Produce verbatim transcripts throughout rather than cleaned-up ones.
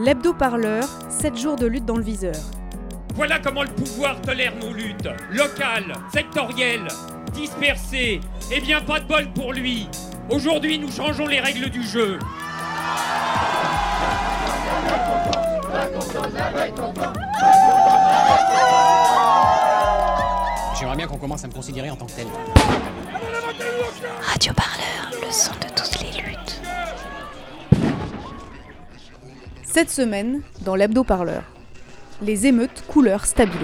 L'hebdo-parleur, sept jours de lutte dans le viseur. Voilà comment le pouvoir tolère nos luttes, locales, sectorielles, dispersées. Eh bien, pas de bol pour lui. Aujourd'hui, nous changeons les règles du jeu. J'aimerais bien qu'on commence à me considérer en tant que tel. Radio Parleur, le son de toutes les luttes. Cette semaine, dans l'hebdo-parleur, les émeutes couleur stabilo.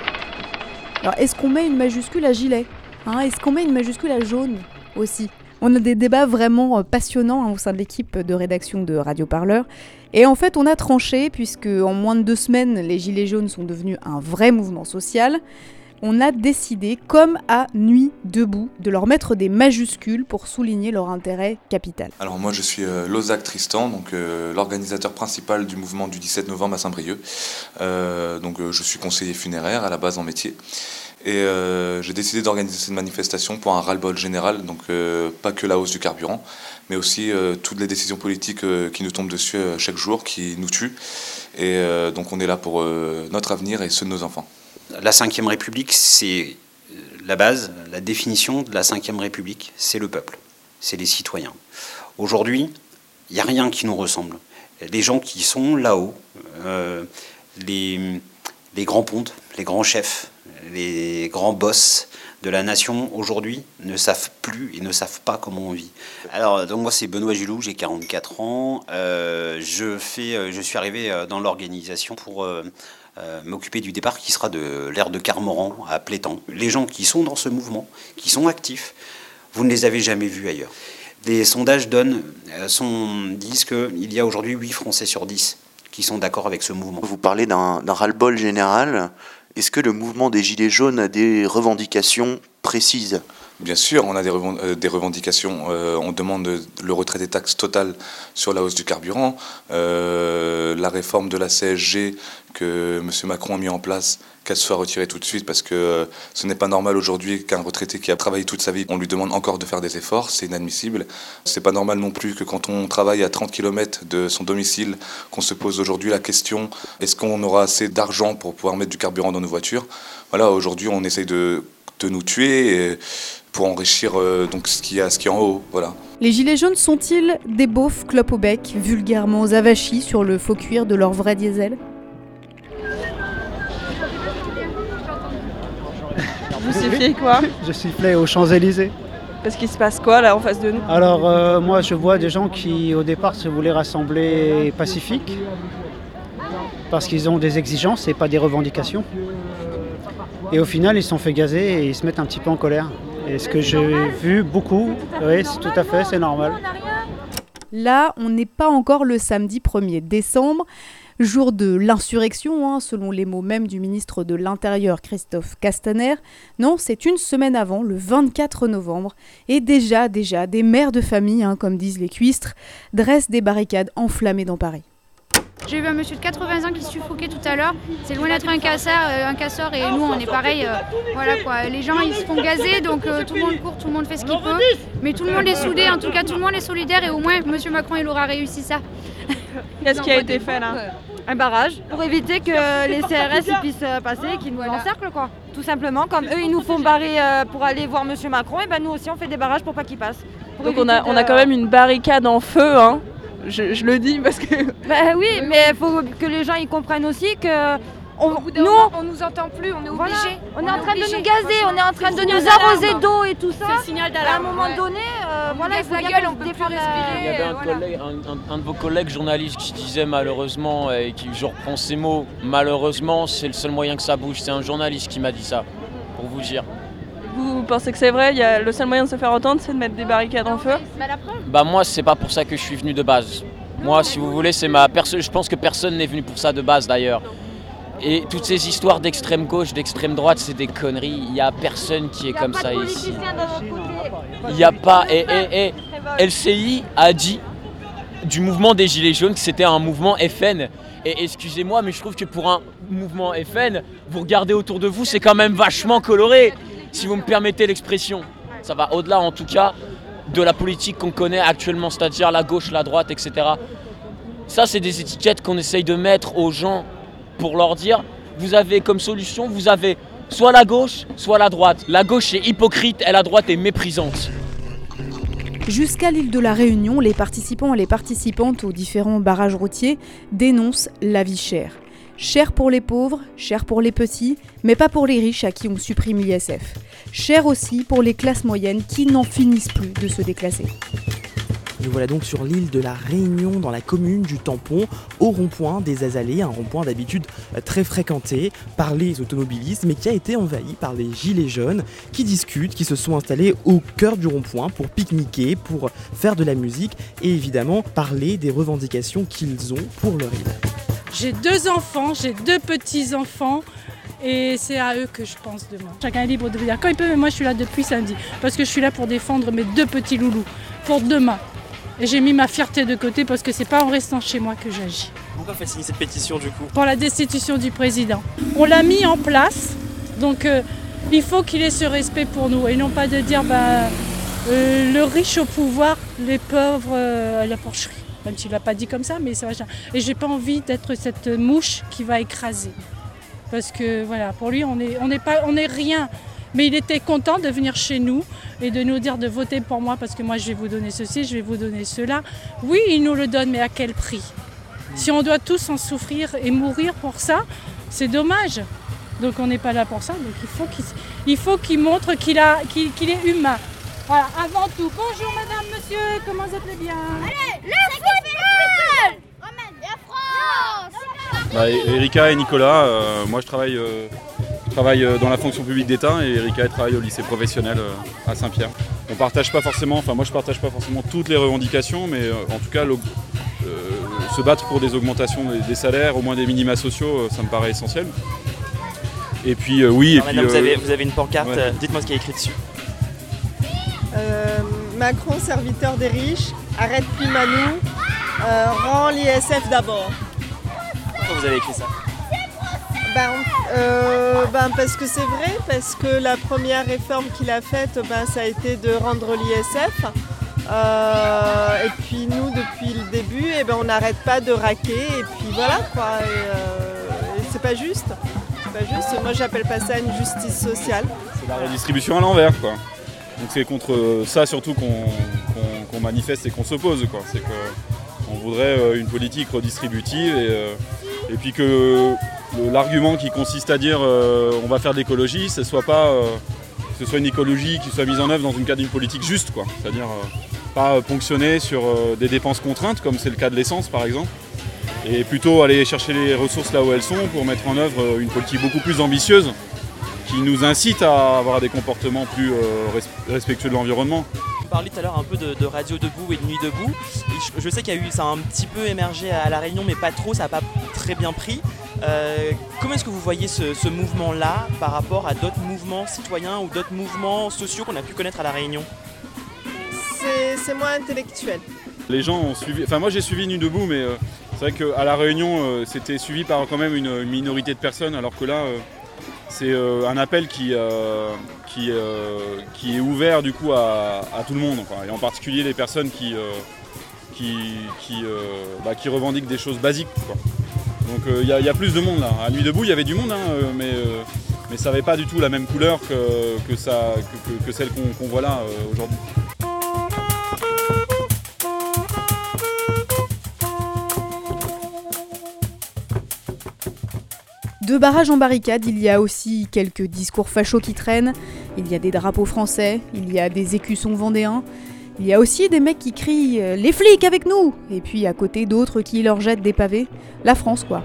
Alors, est-ce qu'on met une majuscule à gilet, hein? Est-ce qu'on met une majuscule à jaune aussi? On a des débats vraiment passionnants hein, au sein de l'équipe de rédaction de Radio Parleur. Et en fait, on a tranché, puisque en moins de deux semaines, les gilets jaunes sont devenus un vrai mouvement social. On a décidé, comme à Nuit debout, de leur mettre des majuscules pour souligner leur intérêt capital. Alors moi je suis euh, Lozac Tristan, donc euh, l'organisateur principal du mouvement du dix-sept novembre à Saint-Brieuc. Euh, donc euh, je suis conseiller funéraire à la base en métier. Et euh, j'ai décidé d'organiser cette manifestation pour un ras-le-bol général, donc euh, pas que la hausse du carburant, mais aussi euh, toutes les décisions politiques euh, qui nous tombent dessus euh, chaque jour, qui nous tuent. Et euh, donc on est là pour euh, notre avenir et ceux de nos enfants. La cinquième République, c'est la base, la définition de la cinquième République, c'est le peuple, c'est les citoyens. Aujourd'hui, il n'y a rien qui nous ressemble. Les gens qui sont là-haut, euh, les, les grands pontes, les grands chefs, les grands boss de la nation, aujourd'hui, ne savent plus et ne savent pas comment on vit. Alors, donc moi, c'est Benoît Gilou, j'ai quarante-quatre ans. Euh, je, fais, je suis arrivé dans l'organisation pour... Euh, Euh, m'occuper du départ qui sera de l'aire de Carmoran à Plétan. Les gens qui sont dans ce mouvement, qui sont actifs, vous ne les avez jamais vus ailleurs. Les sondages donnent, euh, sont, disent qu'il y a aujourd'hui huit Français sur dix qui sont d'accord avec ce mouvement. Vous parlez d'un, d'un ras-le-bol général. Est-ce que le mouvement des Gilets jaunes a des revendications précises ? Bien sûr, on a des, revend- euh, des revendications. Euh, on demande le retrait des taxes totales sur la hausse du carburant, euh, la réforme de la C S G que M. Macron a mis en place, qu'elle soit retirée tout de suite, parce que euh, ce n'est pas normal aujourd'hui qu'un retraité qui a travaillé toute sa vie, on lui demande encore de faire des efforts, c'est inadmissible. C'est pas normal non plus que quand on travaille à trente kilomètres de son domicile, qu'on se pose aujourd'hui la question, est-ce qu'on aura assez d'argent pour pouvoir mettre du carburant dans nos voitures ? Voilà, aujourd'hui on essaye de, de nous tuer et, pour enrichir euh, donc ce qu'il y a, ce qui est en haut, voilà. Les gilets jaunes sont-ils des beaufs clopes au bec, vulgairement avachis sur le faux cuir de leur vrai diesel ? Vous sifflez quoi? Je sifflais aux Champs-Élysées. Parce qu'il se passe quoi là en face de nous? Alors euh, moi je vois des gens qui au départ se voulaient rassembler pacifiques parce qu'ils ont des exigences et pas des revendications. Et au final ils se sont fait gazer et ils se mettent un petit peu en colère. Et ce que j'ai vu beaucoup, oui c'est tout à fait, c'est normal. Là, on n'est pas encore le samedi premier décembre, jour de l'insurrection, hein, selon les mots même du ministre de l'Intérieur Christophe Castaner. Non, c'est une semaine avant, le vingt-quatre novembre, et déjà, déjà, des mères de famille, hein, comme disent les cuistres, dressent des barricades enflammées dans Paris. J'ai vu un monsieur de quatre-vingts ans qui se suffoquait tout à l'heure. C'est loin d'être un casseur, euh, un casseur et nous on est pareil. Euh, voilà quoi. Les gens ils se font gazer donc euh, tout le monde court, tout le monde fait ce qu'il peut. Mais tout le monde est soudé, en tout cas tout le monde est solidaire et au moins monsieur Macron il aura réussi ça. Qu'est-ce qui a été fait là? Un barrage pour éviter que les C R S ils puissent passer et qu'ils nous voilà. encerclent quoi. Tout simplement, comme eux ils nous font barrer euh, pour aller voir monsieur Macron, et ben nous aussi on fait des barrages pour pas qu'ils passent. Pour donc on a, de... on a quand même une barricade en feu, hein. Je, je le dis parce que... Bah oui, mais il faut que les gens ils comprennent aussi que... On, nous, on nous entend plus, on est obligé. Voilà. On, on est en train obligé. de nous gazer, on est en train de nous arroser d'eau et tout ça. C'est le signal d'alarme. À un moment ouais. donné, euh, on voilà, il faut la bien gueule, qu'on on peut plus défende respirer. Il y avait un, voilà. collègue, un, un, un de vos collègues journalistes qui disait malheureusement, et qui, je reprends ces mots, malheureusement c'est le seul moyen que ça bouge. C'est un journaliste qui m'a dit ça, pour vous dire. Vous pensez que c'est vrai? Il y a, le seul moyen de se faire entendre c'est de mettre des barricades en feu? Bah moi c'est pas pour ça que je suis venu de base. Moi, si vous voulez, c'est ma personne. Je pense que personne n'est venu pour ça de base, d'ailleurs. Et toutes ces histoires d'extrême gauche, d'extrême droite, c'est des conneries. Il n'y a personne qui est comme ça ici. Il n'y a pas. Et, et, et L C I a dit du mouvement des Gilets jaunes que c'était un mouvement F N. Et excusez-moi, mais je trouve que pour un mouvement F N, vous regardez autour de vous, c'est quand même vachement coloré, si vous me permettez l'expression. Ça va au-delà, en tout cas, de la politique qu'on connaît actuellement, c'est-à-dire la gauche, la droite, et cetera. Ça, c'est des étiquettes qu'on essaye de mettre aux gens pour leur dire, vous avez comme solution, vous avez soit la gauche, soit la droite. La gauche est hypocrite et la droite est méprisante. Jusqu'à l'île de la Réunion, les participants et les participantes aux différents barrages routiers dénoncent la vie chère. Cher pour les pauvres, cher pour les petits, mais pas pour les riches à qui on supprime l'I S F. Cher aussi pour les classes moyennes qui n'en finissent plus de se déclasser. Nous voilà donc sur l'île de la Réunion, dans la commune du Tampon, au rond-point des Azalées, un rond-point d'habitude très fréquenté par les automobilistes, mais qui a été envahi par les gilets jaunes, qui discutent, qui se sont installés au cœur du rond-point pour pique-niquer, pour faire de la musique et évidemment parler des revendications qu'ils ont pour leur île. J'ai deux enfants, j'ai deux petits-enfants et c'est à eux que je pense demain. Chacun est libre de venir quand il peut, mais moi je suis là depuis samedi parce que je suis là pour défendre mes deux petits loulous pour demain. Et j'ai mis ma fierté de côté parce que c'est pas en restant chez moi que j'agis. Pourquoi faites signer cette pétition du coup? Pour la destitution du président. On l'a mis en place, donc euh, il faut qu'il ait ce respect pour nous et non pas de dire bah, euh, le riche au pouvoir, les pauvres euh, à la porcherie. Même s'il ne l'a pas dit comme ça, mais c'est machin. Et j'ai pas envie d'être cette mouche qui va écraser. Parce que voilà, pour lui, on est, on est pas, on est rien. Mais il était content de venir chez nous et de nous dire de voter pour moi parce que moi je vais vous donner ceci, je vais vous donner cela. Oui, il nous le donne, mais à quel prix? Si on doit tous en souffrir et mourir pour ça, c'est dommage. Donc on n'est pas là pour ça, donc il faut qu'il, il faut qu'il montre qu'il, a, qu'il, qu'il est humain. Voilà, avant tout. Bonjour madame, monsieur, comment vous allez bien? Allez, le football! La France! Bah, Erika et Nicolas, euh, moi je travaille, euh, je travaille dans la fonction publique d'État et Erika elle travaille au lycée professionnel euh, à Saint-Pierre. On partage pas forcément, enfin moi je partage pas forcément toutes les revendications, mais euh, en tout cas le, euh, se battre pour des augmentations des, des salaires, au moins des minima sociaux, euh, ça me paraît essentiel. Et puis euh, oui, Alors, et madame, puis, vous, avez, euh, vous avez une pancarte, ouais. dites-moi ce qui est écrit dessus. Euh, Macron, serviteur des riches, arrête Pimanou, euh, rend l'I S F d'abord. Pourquoi vous avez écrit ça? Ben, euh, ben parce que c'est vrai, parce que la première réforme qu'il a faite, ben, ça a été de rendre l'I S F. Euh, et puis nous, depuis le début, eh ben, on n'arrête pas de raquer, et puis voilà quoi. Et, euh, et c'est pas juste. C'est pas juste. Moi, j'appelle pas ça une justice sociale. C'est la redistribution à l'envers, quoi. Donc c'est contre ça surtout qu'on, qu'on, qu'on manifeste et qu'on s'oppose, quoi. C'est qu'on voudrait une politique redistributive et, et puis que le, l'argument qui consiste à dire euh, on va faire de l'écologie, ce soit pas euh, que ce soit une écologie qui soit mise en œuvre dans une cadre d'une politique juste, quoi. C'est-à-dire euh, pas ponctionner sur euh, des dépenses contraintes comme c'est le cas de l'essence par exemple, et plutôt aller chercher les ressources là où elles sont pour mettre en œuvre une politique beaucoup plus ambitieuse qui nous incite à avoir des comportements plus euh, respectueux de l'environnement. Vous parliez tout à l'heure un peu de, de Radio Debout et de Nuit Debout. Et je, je sais qu'il y a eu, ça a un petit peu émergé à La Réunion, mais pas trop, ça n'a pas très bien pris. Euh, comment est-ce que vous voyez ce, ce mouvement-là par rapport à d'autres mouvements citoyens ou d'autres mouvements sociaux qu'on a pu connaître à La Réunion? C'est, c'est moins intellectuel. Les gens ont suivi, enfin moi j'ai suivi Nuit Debout, mais euh, c'est vrai qu'à La Réunion euh, c'était suivi par quand même une, une minorité de personnes, alors que là euh, c'est euh, un appel qui, euh, qui, euh, qui est ouvert du coup à, à tout le monde, enfin, et en particulier les personnes qui, euh, qui, qui, euh, bah, qui revendiquent des choses basiques, quoi. Donc il euh, y, y a plus de monde là. À Nuit Debout il y avait du monde, hein, euh, mais, euh, mais ça n'avait pas du tout la même couleur que, que, ça, que, que, que celle qu'on, qu'on voit là euh, aujourd'hui. De barrage en barricade, il y a aussi quelques discours fachos qui traînent, il y a des drapeaux français, il y a des écussons vendéens, il y a aussi des mecs qui crient euh, « Les flics avec nous !» et puis à côté d'autres qui leur jettent des pavés. La France, quoi.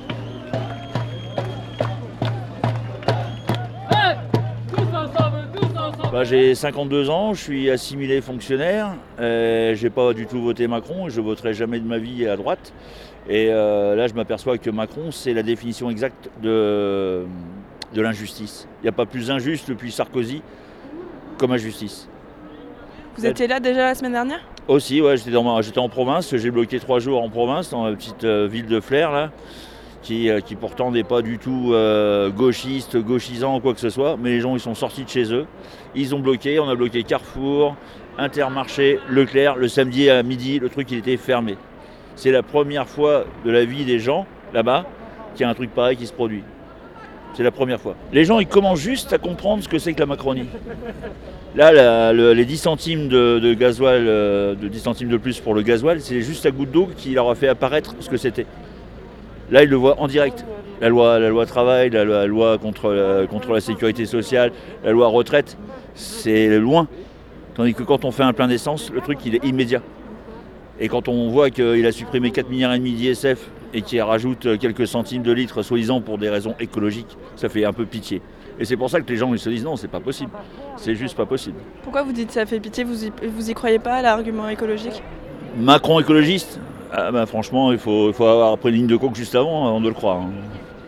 Bah, j'ai cinquante-deux ans, je suis assimilé fonctionnaire, euh, j'ai pas du tout voté Macron, je voterai jamais de ma vie à droite. Et euh, là je m'aperçois que Macron c'est la définition exacte de, de l'injustice. Il n'y a pas plus injuste depuis Sarkozy comme injustice. Vous étiez là déjà la semaine dernière? Aussi, ouais, j'étais, dans, j'étais en province, j'ai bloqué trois jours en province, dans la petite euh, ville de Flers là. Qui, euh, qui pourtant n'est pas du tout euh, gauchiste, gauchisant ou quoi que ce soit, mais les gens ils sont sortis de chez eux, ils ont bloqué, on a bloqué Carrefour, Intermarché, Leclerc, le samedi à midi, le truc il était fermé. C'est la première fois de la vie des gens, là-bas, qu'il y a un truc pareil qui se produit. C'est la première fois. Les gens, ils commencent juste à comprendre ce que c'est que la Macronie. Là, la, le, les dix centimes de, de gasoil, euh, de dix centimes de plus pour le gasoil, c'est juste la goutte d'eau qui leur a fait apparaître ce que c'était. Là, ils le voient en direct. La loi, la loi travail, la, la loi contre la, contre la sécurité sociale, la loi retraite, c'est loin. Tandis que quand on fait un plein d'essence, le truc, il est immédiat. Et quand on voit qu'il a supprimé quatre milliards et demi d'I S F et qu'il rajoute quelques centimes de litres, soi-disant pour des raisons écologiques, ça fait un peu pitié. Et c'est pour ça que les gens ils se disent non, c'est pas possible. C'est juste pas possible. Pourquoi vous dites ça fait pitié, vous y, vous y croyez pas à l'argument écologique? Macron écologiste, ah bah franchement, il faut, il faut avoir pris une ligne de coke juste avant, avant de le croire. Hein.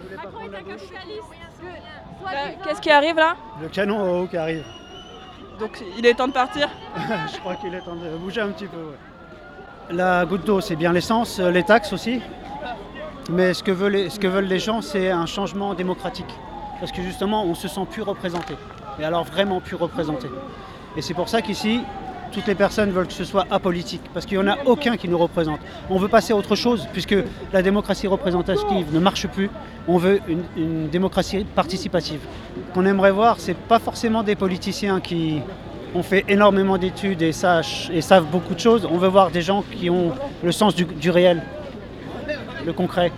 Qu'est-ce qui arrive là? Le canon au haut qui arrive. Donc il est temps de partir? Je crois qu'il est temps de bouger un petit peu, ouais. La goutte d'eau, c'est bien l'essence, les taxes aussi. Mais ce que veulent les, ce que veulent les gens, c'est un changement démocratique. Parce que justement, on se sent plus représenté. Et alors vraiment plus représenté. Et c'est pour ça qu'ici, toutes les personnes veulent que ce soit apolitique. Parce qu'il n'y en a aucun qui nous représente. On veut passer à autre chose, puisque la démocratie représentative ne marche plus. On veut une, une démocratie participative. Ce qu'on aimerait voir, c'est pas forcément des politiciens qui ont fait énormément d'études et, sachent, et savent beaucoup de choses. On veut voir des gens qui ont le sens du, du réel, le concret.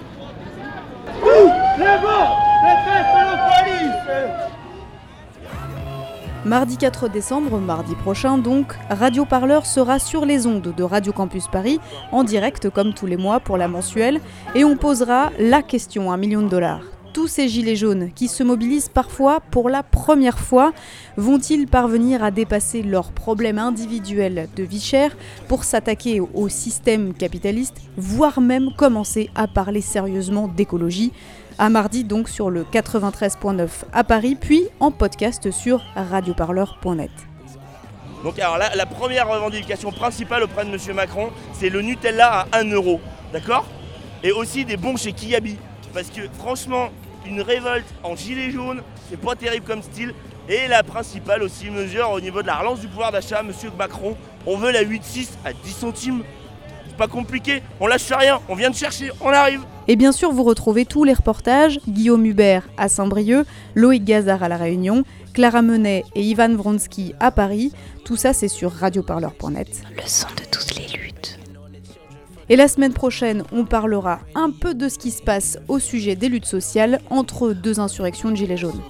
Mardi quatre décembre, mardi prochain donc, Radio Parleur sera sur les ondes de Radio Campus Paris, en direct comme tous les mois pour la mensuelle, et on posera la question à un million de dollars. Tous ces gilets jaunes qui se mobilisent parfois pour la première fois, vont-ils parvenir à dépasser leurs problèmes individuels de vie chère pour s'attaquer au système capitaliste, voire même commencer à parler sérieusement d'écologie? À mardi donc sur le quatre-vingt-treize point neuf à Paris, puis en podcast sur radioparleur point net. Donc alors là, la première revendication principale auprès de M. Macron, c'est le Nutella à un euro, d'accord? Et aussi des bons chez Kiabi. Parce que franchement, une révolte en gilet jaune, c'est pas terrible comme style. Et la principale aussi mesure au niveau de la relance du pouvoir d'achat, M. Macron, on veut la huit six à dix centimes. C'est pas compliqué, on lâche rien, on vient de chercher, on arrive. Et bien sûr, vous retrouvez tous les reportages, Guillaume Hubert à Saint-Brieuc, Loïc Gazard à La Réunion, Clara Menet et Ivan Vronsky à Paris. Tout ça, c'est sur radioparleur point net. Le son de toutes les luttes. Et la semaine prochaine, on parlera un peu de ce qui se passe au sujet des luttes sociales entre deux insurrections de gilets jaunes.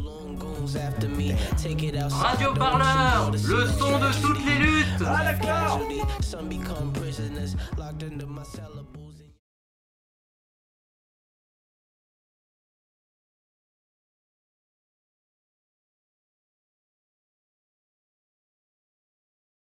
Radio Parleur, le son de toutes les luttes. Ah d'accord.